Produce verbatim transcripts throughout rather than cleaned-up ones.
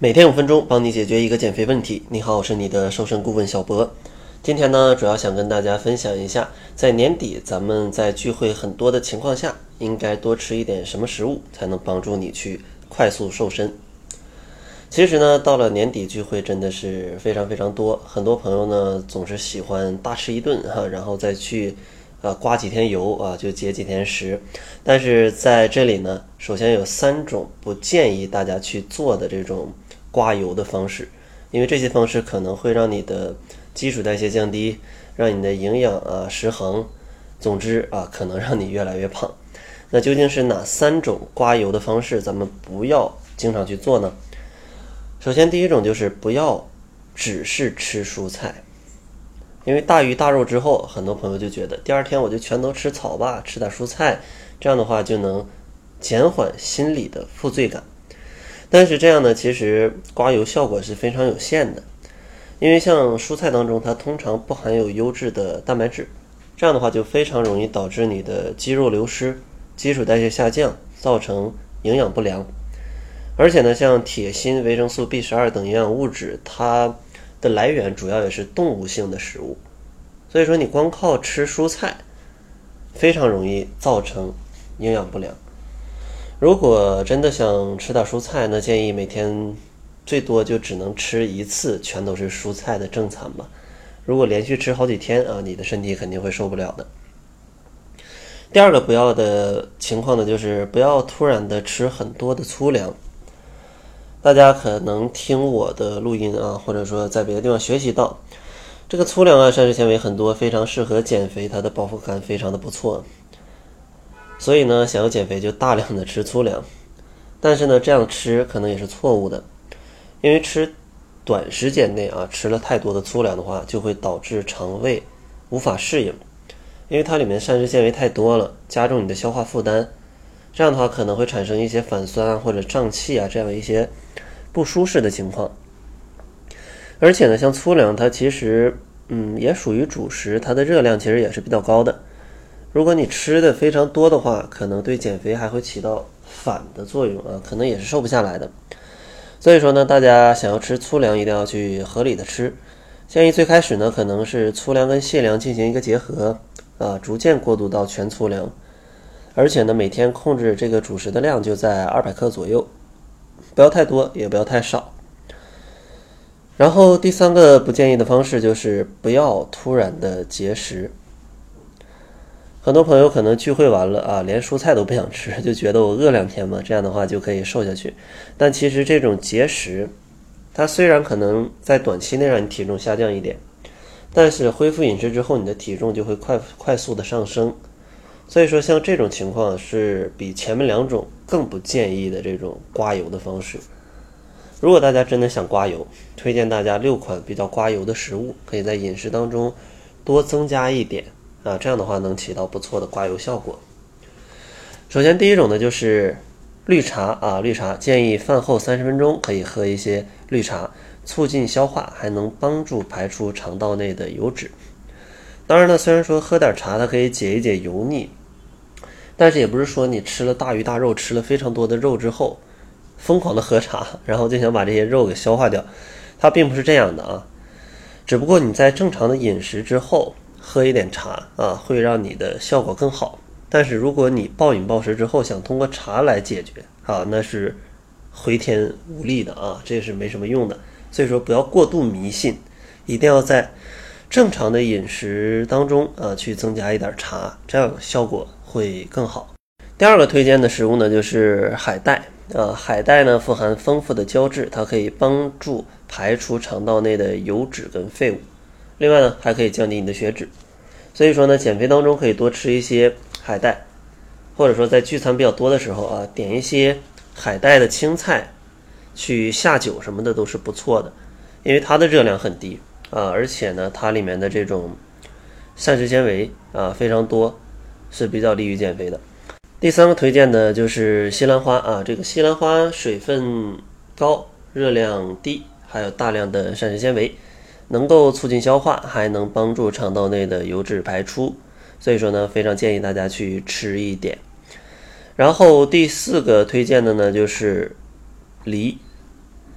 每天五分钟，帮你解决一个减肥问题。你好，我是你的瘦身顾问小博。今天呢，主要想跟大家分享一下，在年底咱们在聚会很多的情况下，应该多吃一点什么食物，才能帮助你去快速瘦身。其实呢，到了年底聚会真的是非常非常多，很多朋友呢总是喜欢大吃一顿哈，然后再去啊刮几天油啊，就节几天食。但是在这里呢，首先有三种不建议大家去做的这种刮油的方式，因为这些方式可能会让你的基础代谢降低，让你的营养啊失衡，总之啊可能让你越来越胖。那究竟是哪三种刮油的方式咱们不要经常去做呢？首先第一种就是不要只是吃蔬菜，因为大鱼大肉之后，很多朋友就觉得第二天我就全都吃草吧，吃点蔬菜，这样的话就能减缓心理的负罪感。但是这样呢，其实刮油效果是非常有限的，因为像蔬菜当中它通常不含有优质的蛋白质，这样的话就非常容易导致你的肌肉流失，基础代谢下降，造成营养不良。而且呢，像铁、锌、维生素 B 十二 等营养物质，它的来源主要也是动物性的食物，所以说你光靠吃蔬菜非常容易造成营养不良。如果真的想吃点蔬菜，那建议每天最多就只能吃一次全都是蔬菜的正餐吧。如果连续吃好几天啊，你的身体肯定会受不了的。第二个不要的情况呢，就是不要突然的吃很多的粗粮。大家可能听我的录音啊，或者说在别的地方学习到，这个粗粮啊膳食纤维很多，非常适合减肥，它的饱腹感非常的不错。所以呢，想要减肥就大量的吃粗粮。但是呢，这样吃可能也是错误的，因为吃短时间内啊吃了太多的粗粮的话，就会导致肠胃无法适应，因为它里面膳食纤维太多了，加重你的消化负担。这样的话可能会产生一些反酸啊或者胀气啊这样一些不舒适的情况。而且呢，像粗粮它其实嗯也属于主食，它的热量其实也是比较高的。如果你吃的非常多的话，可能对减肥还会起到反的作用啊，可能也是瘦不下来的。所以说呢，大家想要吃粗粮一定要去合理的吃。建议最开始呢，可能是粗粮跟细粮进行一个结合啊，逐渐过渡到全粗粮。而且呢，每天控制这个主食的量就在二百克左右，不要太多，也不要太少。然后第三个不建议的方式就是不要突然的节食。很多朋友可能聚会完了啊，连蔬菜都不想吃，就觉得我饿两天嘛，这样的话就可以瘦下去。但其实这种节食，它虽然可能在短期内让你体重下降一点，但是恢复饮食之后，你的体重就会快快速的上升。所以说像这种情况是比前面两种更不建议的这种刮油的方式。如果大家真的想刮油，推荐大家六款比较刮油的食物，可以在饮食当中多增加一点啊，这样的话能起到不错的刮油效果。首先第一种呢就是绿茶啊，绿茶建议饭后三十分钟可以喝一些绿茶，促进消化，还能帮助排出肠道内的油脂。当然呢，虽然说喝点茶它可以解一解油腻，但是也不是说你吃了大鱼大肉，吃了非常多的肉之后疯狂的喝茶，然后就想把这些肉给消化掉，它并不是这样的啊。只不过你在正常的饮食之后喝一点茶啊，会让你的效果更好。但是如果你暴饮暴食之后想通过茶来解决啊，那是回天无力的啊，这是没什么用的。所以说不要过度迷信，一定要在正常的饮食当中啊，去增加一点茶，这样效果会更好。第二个推荐的食物呢，就是海带啊，海带呢富含丰富的胶质，它可以帮助排出肠道内的油脂跟废物，另外呢还可以降低你的血脂。所以说呢，减肥当中可以多吃一些海带，或者说在聚餐比较多的时候啊，点一些海带的青菜去下酒什么的都是不错的，因为它的热量很低啊，而且呢，它里面的这种膳食纤维啊非常多，是比较利于减肥的。第三个推荐的就是西兰花啊，这个西兰花水分高，热量低，还有大量的膳食纤维，能够促进消化，还能帮助肠道内的油脂排出，所以说呢，非常建议大家去吃一点。然后第四个推荐的呢就是梨。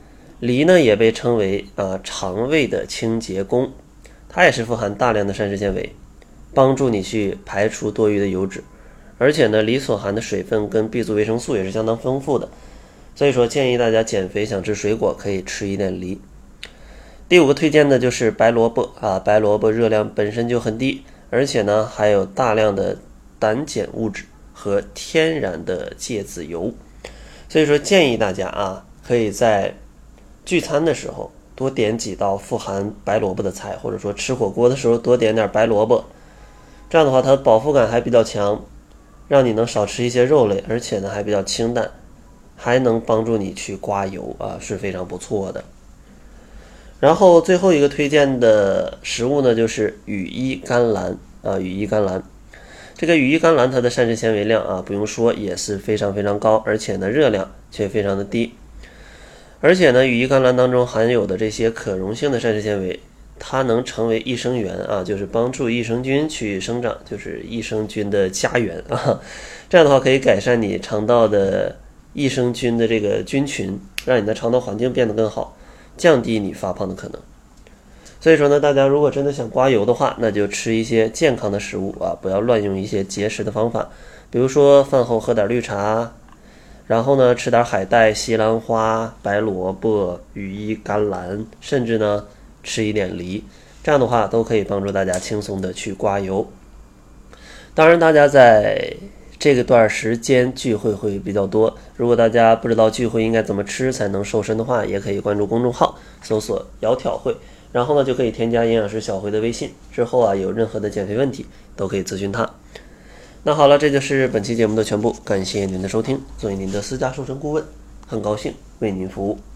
梨呢也被称为啊肠胃的清洁工，它也是富含大量的膳食纤维，帮助你去排除多余的油脂。而且呢，梨所含的水分跟 B 族维生素也是相当丰富的，所以说建议大家减肥想吃水果可以吃一点梨。第五个推荐的就是白萝卜啊，白萝卜热量本身就很低，而且呢还有大量的胆碱物质和天然的芥子油，所以说建议大家啊，可以在聚餐的时候多点几道富含白萝卜的菜，或者说吃火锅的时候多点点白萝卜，这样的话它的饱腹感还比较强，让你能少吃一些肉类，而且呢还比较清淡，还能帮助你去刮油啊，是非常不错的。然后最后一个推荐的食物呢，就是羽衣甘蓝啊，羽衣甘蓝。这个羽衣甘蓝它的膳食纤维量啊，不用说也是非常非常高，而且呢热量却非常的低。而且呢，羽衣甘蓝当中含有的这些可溶性的膳食纤维，它能成为益生元啊，就是帮助益生菌去生长，就是益生菌的家园啊。这样的话可以改善你肠道的益生菌的这个菌群，让你的肠道环境变得更好，降低你发胖的可能。所以说呢，大家如果真的想刮油的话，那就吃一些健康的食物啊，不要乱用一些节食的方法，比如说饭后喝点绿茶，然后呢吃点海带、西兰花、白萝卜、羽衣甘蓝，甚至呢吃一点梨，这样的话都可以帮助大家轻松的去刮油。当然大家在这个段时间聚会会比较多，如果大家不知道聚会应该怎么吃才能瘦身的话，也可以关注公众号搜索窈窕会，然后呢就可以添加营养师小辉的微信，之后啊有任何的减肥问题都可以咨询他。那好了，这就是本期节目的全部，感谢您的收听。作为您的私家瘦身顾问，很高兴为您服务。